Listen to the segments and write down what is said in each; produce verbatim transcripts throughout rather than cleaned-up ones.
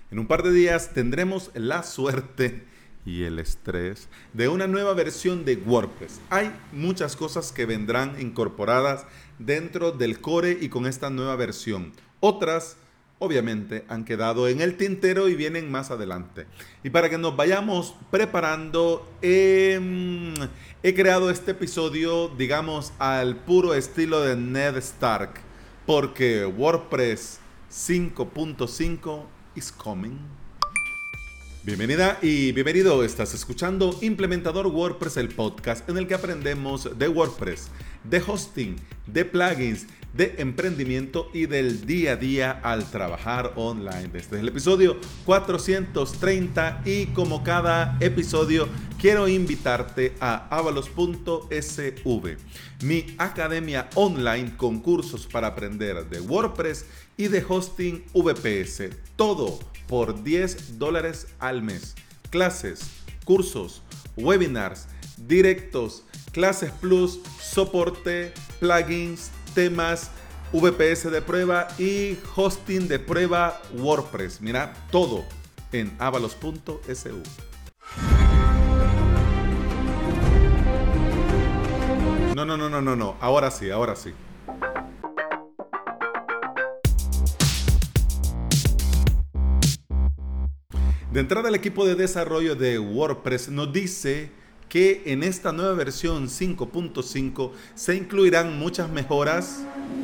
En un par de días tendremos la suerte y el estrés de una nueva versión de WordPress. Hay muchas cosas que vendrán incorporadas dentro del core y con esta nueva versión. Otras, obviamente, han quedado en el tintero y vienen más adelante. Y para que nos vayamos preparando, eh, he creado este episodio, digamos, al puro estilo de Ned Stark, porque WordPress cinco punto cinco is coming. Bienvenida y bienvenido, estás escuchando Implementador WordPress, el podcast en el que aprendemos de WordPress, de hosting, de plugins, de emprendimiento y del día a día al trabajar online. Este es el episodio cuatrocientos treinta y como cada episodio quiero invitarte a avalos punto s v, mi academia online con cursos para aprender de WordPress y de hosting V P S. Todo por diez dólares al mes. Clases, cursos, webinars, directos, clases plus, soporte, plugins, temas, V P S de prueba y hosting de prueba WordPress. Mira, todo en avalos punto s v. No, no, no, no, no, no. Ahora sí, ahora sí. De entrada, el equipo de desarrollo de WordPress nos dice que en esta nueva versión cinco punto cinco se incluirán muchas mejoras.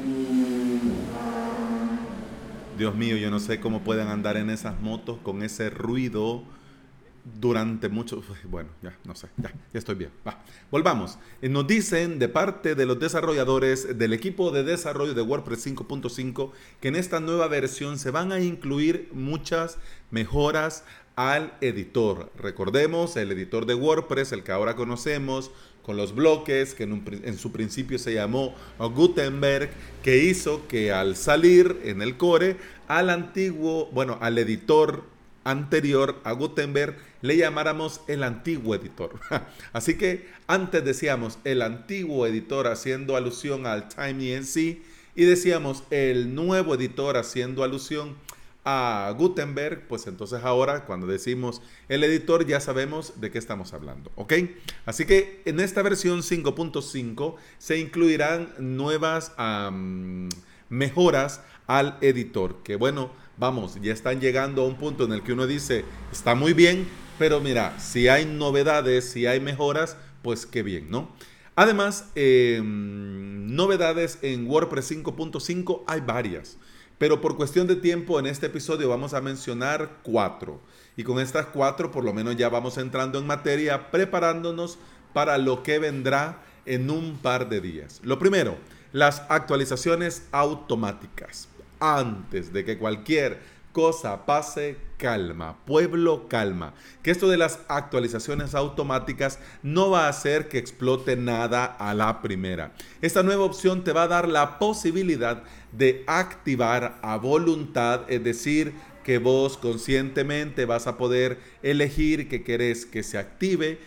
Dios mío, yo no sé cómo pueden andar en esas motos con ese ruido durante mucho... Bueno, ya, no sé, ya, ya estoy bien. Va, volvamos. Nos dicen de parte de los desarrolladores del equipo de desarrollo de WordPress cinco punto cinco que en esta nueva versión se van a incluir muchas mejoras al editor. Recordemos, el editor de WordPress, el que ahora conocemos, con los bloques, que en, un, en su principio se llamó Gutenberg, que hizo que al salir en el core, al antiguo, bueno, al editor anterior a Gutenberg, le llamáramos el antiguo editor. Así que antes decíamos el antiguo editor haciendo alusión al TinyEnc y decíamos el nuevo editor haciendo alusión a Gutenberg. Pues entonces ahora cuando decimos el editor ya sabemos de qué estamos hablando, ¿ok? Así que en esta versión cinco punto cinco se incluirán nuevas um, mejoras al editor, que bueno, vamos, ya están llegando a un punto en el que uno dice, está muy bien, pero mira, si hay novedades, si hay mejoras, pues qué bien, ¿no? Además, eh, novedades en WordPress cinco punto cinco hay varias, pero por cuestión de tiempo en este episodio vamos a mencionar cuatro. Y con estas cuatro por lo menos ya vamos entrando en materia, preparándonos para lo que vendrá en un par de días. Lo primero, las actualizaciones automáticas. Antes de que cualquier cosa pase, calma, pueblo, calma. Que esto de las actualizaciones automáticas no va a hacer que explote nada a la primera. Esta nueva opción te va a dar la posibilidad de activar a voluntad, es decir, que vos conscientemente vas a poder elegir que querés que se active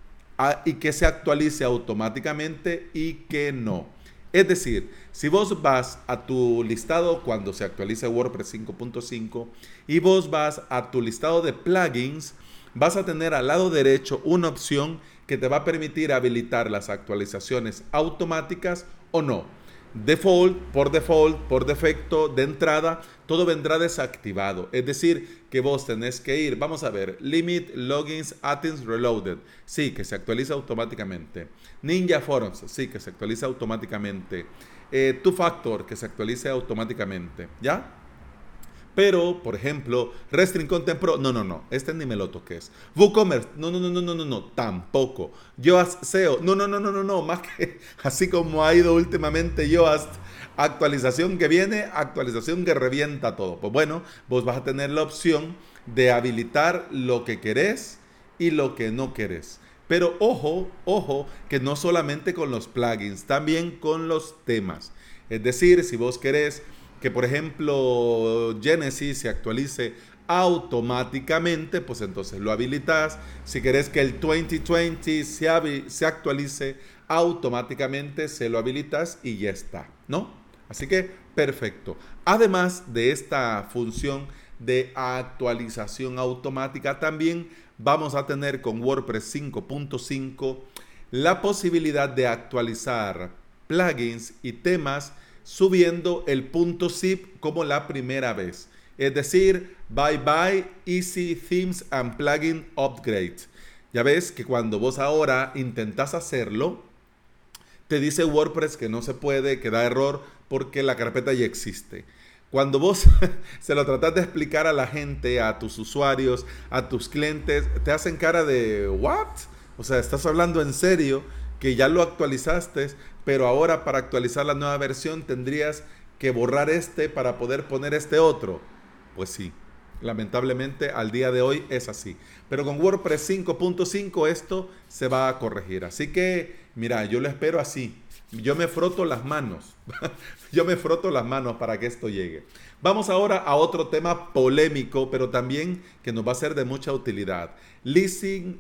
y que se actualice automáticamente y que no. Es decir, si vos vas a tu listado cuando se actualice WordPress cinco punto cinco y vos vas a tu listado de plugins, vas a tener al lado derecho una opción que te va a permitir habilitar las actualizaciones automáticas o no. Default, por default, por defecto, de entrada, todo vendrá desactivado. Es decir, que vos tenés que ir, vamos a ver, Limit Logins Add-ins Reloaded, sí, que se actualiza automáticamente. Ninja Forums, sí, que se actualiza automáticamente. Eh, Two Factor, que se actualiza automáticamente, ¿ya? Pero, por ejemplo, Restring Content Pro, no, no, no, este ni me lo toques. WooCommerce, no, no, no, no, no, no, no, tampoco. Yoast S E O, no, no, no, no, no, no, más que así como ha ido últimamente Yoast, actualización que viene, actualización que revienta todo. Pues bueno, vos vas a tener la opción de habilitar lo que querés y lo que no querés. Pero ojo, ojo, que no solamente con los plugins, también con los temas. Es decir, si vos querés que por ejemplo Genesis se actualice automáticamente, pues entonces lo habilitas. Si querés que el veinte veinte se, se actualice automáticamente, se lo habilitas y ya está, ¿no? Así que perfecto. Además de esta función de actualización automática. También vamos a tener con WordPress cinco punto cinco la posibilidad de actualizar plugins y temas subiendo el punto zip como la primera vez. Es decir, bye bye Easy Themes and Plugin Upgrade. Ya ves que cuando vos ahora intentas hacerlo, te dice WordPress que no se puede, que da error porque la carpeta ya existe. Cuando vos se lo tratas de explicar a la gente, a tus usuarios, a tus clientes, te hacen cara de ¿what? O sea, estás hablando en serio que ya lo actualizaste, pero ahora para actualizar la nueva versión tendrías que borrar este para poder poner este otro. Pues sí, lamentablemente al día de hoy es así. Pero con WordPress cinco punto cinco esto se va a corregir. Así que, mira, yo lo espero así. Yo me froto las manos. Yo me froto las manos para que esto llegue. Vamos ahora a otro tema polémico, pero también que nos va a ser de mucha utilidad. Leasing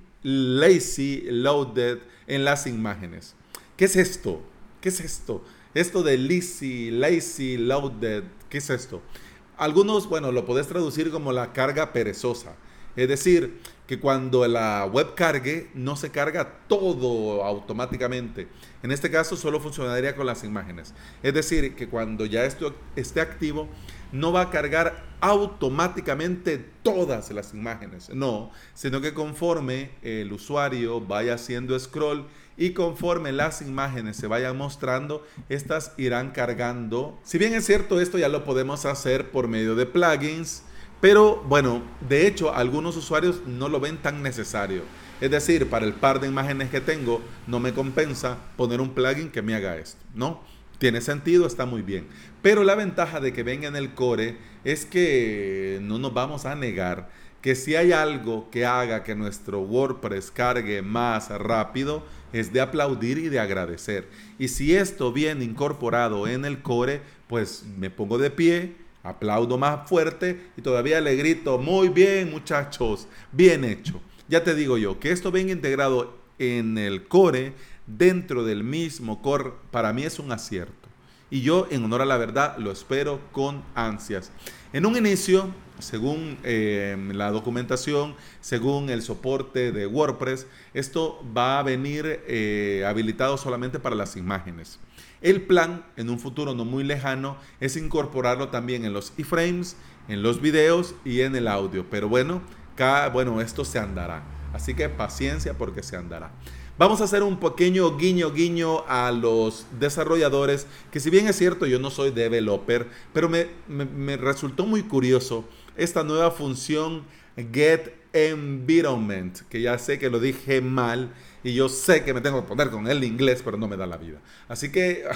Lazy Loaded en las imágenes. ¿Qué es esto? ¿Qué es esto? Esto de Lazy, Lazy Loaded, ¿qué es esto? Algunos, bueno, lo podés traducir como la carga perezosa. Es decir, que cuando la web cargue, no se carga todo automáticamente. En este caso, solo funcionaría con las imágenes. Es decir, que cuando ya esto esté activo, no va a cargar automáticamente todas las imágenes. No, sino que conforme el usuario vaya haciendo scroll y conforme las imágenes se vayan mostrando, estas irán cargando. Si bien es cierto, esto ya lo podemos hacer por medio de plugins, pero bueno, de hecho, algunos usuarios no lo ven tan necesario. Es decir, para el par de imágenes que tengo, no me compensa poner un plugin que me haga esto, ¿no? Tiene sentido, está muy bien. Pero la ventaja de que venga en el core es que no nos vamos a negar que si hay algo que haga que nuestro WordPress cargue más rápido, es de aplaudir y de agradecer. Y si esto viene incorporado en el core, pues me pongo de pie, aplaudo más fuerte y todavía le grito, muy bien muchachos, bien hecho. Ya te digo yo, que esto venga integrado en el core, dentro del mismo core, para mí es un acierto. Y yo, en honor a la verdad, lo espero con ansias. En un inicio, según eh, la documentación, según el soporte de WordPress, esto va a venir eh, habilitado solamente para las imágenes. El plan, en un futuro no muy lejano, es incorporarlo también en los iframes, en los videos y en el audio. Pero bueno, cada, bueno, esto se andará. Así que paciencia porque se andará. Vamos a hacer un pequeño guiño guiño a los desarrolladores, que si bien es cierto yo no soy developer, pero me, me, me resultó muy curioso esta nueva función Get Environment, que ya sé que lo dije mal y yo sé que me tengo que poner con el inglés, pero no me da la vida. Así que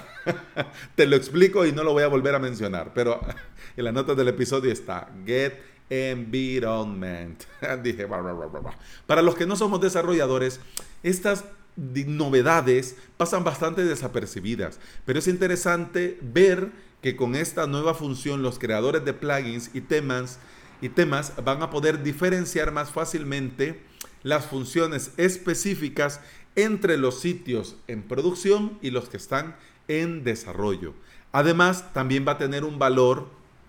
te lo explico y no lo voy a volver a mencionar, pero en las notas del episodio está Get Environment. Dije, bah, bah, bah, bah. Para los que no somos desarrolladores, estas novedades pasan bastante desapercibidas, pero es interesante ver que con esta nueva función los creadores de plugins y temas, y temas van a poder diferenciar más fácilmente las funciones específicas entre los sitios en producción y los que están en desarrollo. Además, también va a tener un valor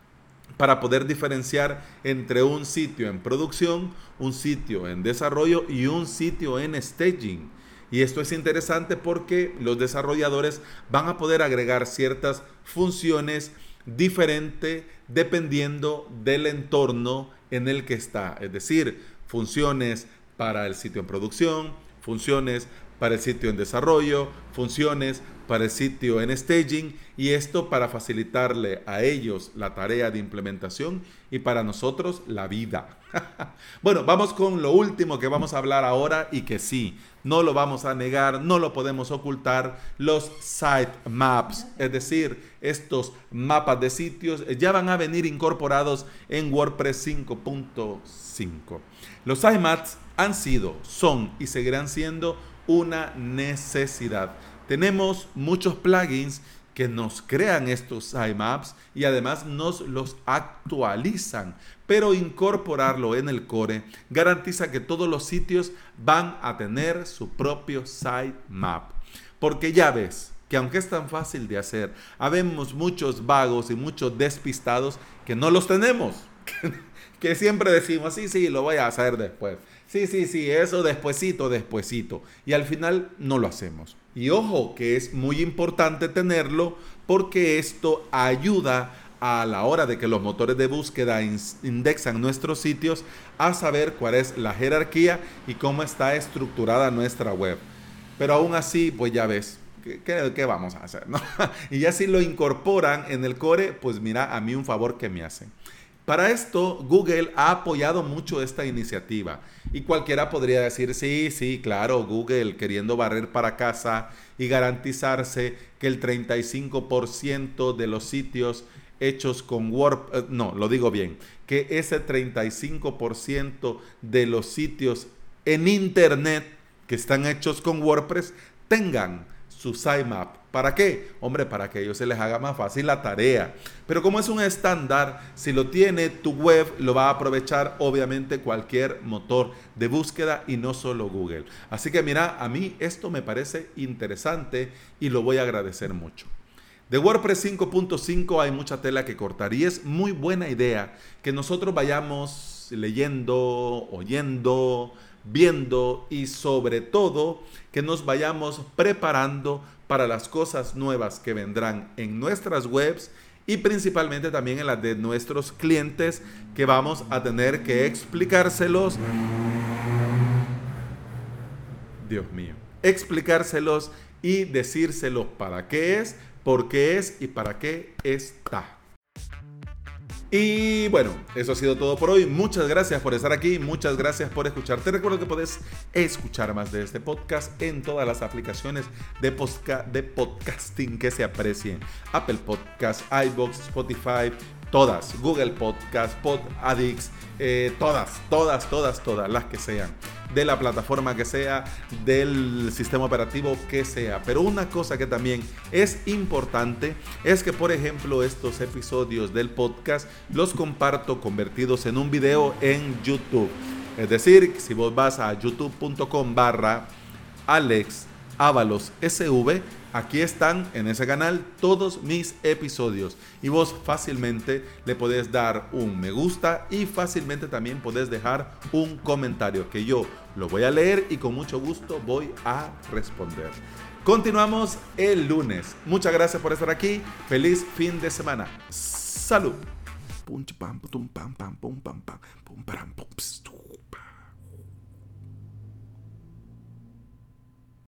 para poder diferenciar entre un sitio en producción, un sitio en desarrollo y un sitio en staging. Y esto es interesante porque los desarrolladores van a poder agregar ciertas funciones diferentes dependiendo del entorno en el que está. Es decir, funciones para el sitio en producción, funciones para el sitio en desarrollo, funciones para el sitio en staging, y esto para facilitarle a ellos la tarea de implementación y para nosotros la vida. Bueno, vamos con lo último que vamos a hablar ahora y que sí, no lo vamos a negar, no lo podemos ocultar, los sitemaps, es decir, estos mapas de sitios ya van a venir incorporados en WordPress cinco punto cinco. Los sitemaps han sido, son y seguirán siendo una necesidad. Tenemos muchos plugins que nos crean estos sitemaps y además nos los actualizan, pero incorporarlo en el core garantiza que todos los sitios van a tener su propio sitemap, porque ya ves que aunque es tan fácil de hacer, habemos muchos vagos y muchos despistados que no los tenemos. que siempre decimos, sí, sí, lo voy a hacer después. Sí, sí, sí, eso despuesito, despuesito. Y al final no lo hacemos. Y ojo, que es muy importante tenerlo porque esto ayuda a la hora de que los motores de búsqueda indexan nuestros sitios a saber cuál es la jerarquía y cómo está estructurada nuestra web. Pero aún así, pues ya ves, ¿qué, qué, qué vamos a hacer? ¿No? Y ya si lo incorporan en el core, pues mira, a mí un favor que me hacen. Para esto, Google ha apoyado mucho esta iniciativa y cualquiera podría decir, sí, sí, claro, Google queriendo barrer para casa y garantizarse que el treinta y cinco por ciento de los sitios hechos con WordPress, no, lo digo bien, que ese treinta y cinco por ciento de los sitios en Internet que están hechos con WordPress tengan su sitemap. ¿Para qué? Hombre, para que ellos se les haga más fácil la tarea. Pero como es un estándar, si lo tiene tu web, lo va a aprovechar obviamente cualquier motor de búsqueda y no solo Google. Así que mira, a mí esto me parece interesante y lo voy a agradecer mucho. De WordPress cinco punto cinco hay mucha tela que cortar y es muy buena idea que nosotros vayamos leyendo, oyendo, viendo y sobre todo que nos vayamos preparando para las cosas nuevas que vendrán en nuestras webs y principalmente también en las de nuestros clientes que vamos a tener que explicárselos. Dios mío, explicárselos y decírselos para qué es, por qué es y para qué está. Y bueno, eso ha sido todo por hoy. Muchas gracias por estar aquí, muchas gracias por escuchar. Te recuerdo que puedes escuchar más de este podcast en todas las aplicaciones de, posca- de podcasting que se aprecien. Apple Podcasts, iVoox, Spotify, todas. Google Podcasts, PodAddicts, eh, todas, todas, todas, todas, las que sean. De la plataforma que sea, del sistema operativo que sea. Pero una cosa que también es importante es que, por ejemplo, estos episodios del podcast los comparto convertidos en un video en YouTube. Es decir, si vos vas a youtube punto com barra Alex Ábalos S V, aquí están en ese canal todos mis episodios y vos fácilmente le podés dar un me gusta y fácilmente también podés dejar un comentario que yo lo voy a leer y con mucho gusto voy a responder. Continuamos el lunes. Muchas gracias por estar aquí. Feliz fin de semana. Salud. Pum, pam, pum, pam, pam, pum, pam, pam, pum, pam, pum, pam.